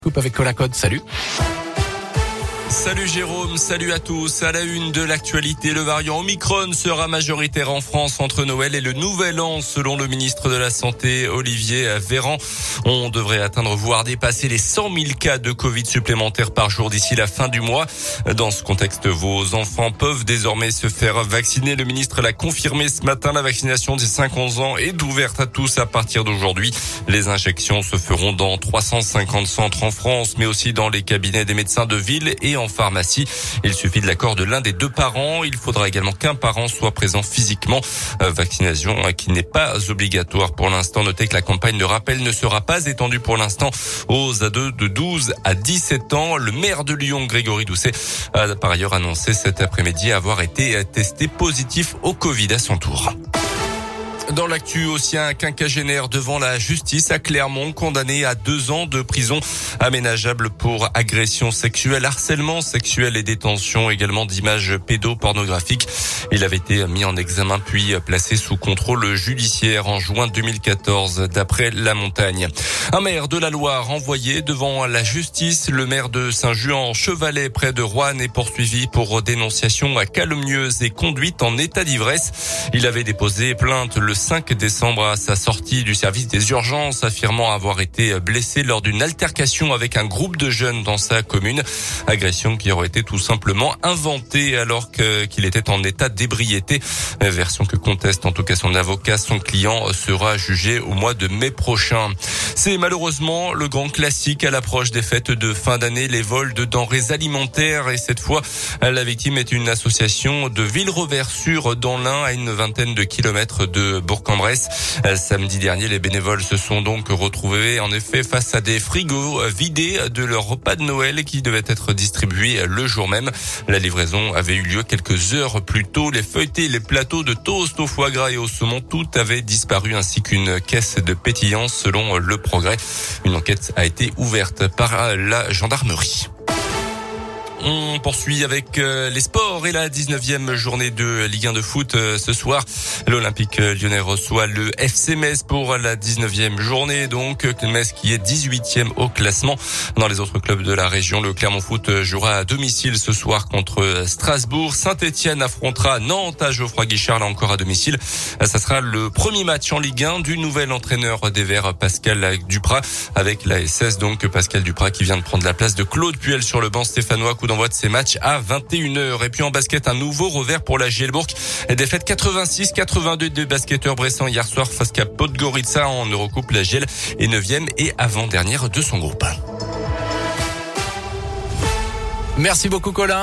Coupe avec Colin Code, salut. Salut Jérôme, salut à tous. À la une de l'actualité, le variant Omicron sera majoritaire en France entre Noël et le Nouvel An, selon le ministre de la Santé, Olivier Véran. On devrait atteindre, voire dépasser les 100 000 cas de Covid supplémentaires par jour d'ici la fin du mois. Dans ce contexte, vos enfants peuvent désormais se faire vacciner. Le ministre l'a confirmé ce matin. La vaccination des 5-11 ans est ouverte à tous à partir d'aujourd'hui. Les injections se feront dans 350 centres en France, mais aussi dans les cabinets des médecins de ville et en pharmacie. Il suffit de l'accord de l'un des deux parents. Il faudra également qu'un parent soit présent physiquement. Vaccination qui n'est pas obligatoire pour l'instant. Notez que la campagne de rappel ne sera pas étendue pour l'instant aux ados de 12 à 17 ans. Le maire de Lyon, Grégory Doucet, a par ailleurs annoncé cet après-midi avoir été testé positif au Covid à son tour. Dans l'actu aussi, un quinquagénaire devant la justice à Clermont, condamné à 2 ans de prison aménageable pour agression sexuelle, harcèlement sexuel et détention également d'images pédopornographiques. Il avait été mis en examen puis placé sous contrôle judiciaire en juin 2014 d'après La Montagne. Un maire de la Loire envoyé devant la justice. Le maire de Saint-Juan-Chevalet près de Roanne est poursuivi pour dénonciation calomnieuse et conduite en état d'ivresse. Il avait déposé plainte le 5 décembre à sa sortie du service des urgences, affirmant avoir été blessé lors d'une altercation avec un groupe de jeunes dans sa commune. Agression qui aurait été tout simplement inventée alors qu'il était en état d'ébriété. Version que conteste en tout cas son avocat. Son client sera jugé au mois de mai prochain. C'est malheureusement le grand classique à l'approche des fêtes de fin d'année, les vols de denrées alimentaires. Et cette fois, la victime est une association de Villereversure dans l'Ain, à une vingtaine de kilomètres de Bourg-en-Bresse. Samedi dernier, les bénévoles se sont donc retrouvés en effet face à des frigos vidés de leur repas de Noël qui devaient être distribués le jour même. La livraison avait eu lieu quelques heures plus tôt. Les feuilletés, les plateaux de toast au foie gras et au saumon, tout avait disparu ainsi qu'une caisse de pétillant selon Le Progrès. Une enquête a été ouverte par la gendarmerie. On poursuit avec les sports et la 19e journée de Ligue 1 de foot ce soir. L'Olympique Lyonnais reçoit le FC Metz pour la 19e journée. Donc Metz qui est 18e au classement. Dans les autres clubs de la région, le Clermont Foot jouera à domicile ce soir contre Strasbourg. Saint-Etienne affrontera Nantes à Geoffroy Guichard, là encore à domicile. Ça sera le premier match en Ligue 1 du nouvel entraîneur des Verts, Pascal Duprat, avec la SS. Donc Pascal Duprat qui vient de prendre la place de Claude Puel sur le banc stéphanois. Coup d'envoi de ces matchs à 21h. Et puis en basket, un nouveau revers pour la Gielbourg. Défaite 86-82 des basketteurs bressans hier soir face à Podgorica en Eurocoupe. La Giel est 9e et avant-dernière de son groupe. Merci beaucoup Colin.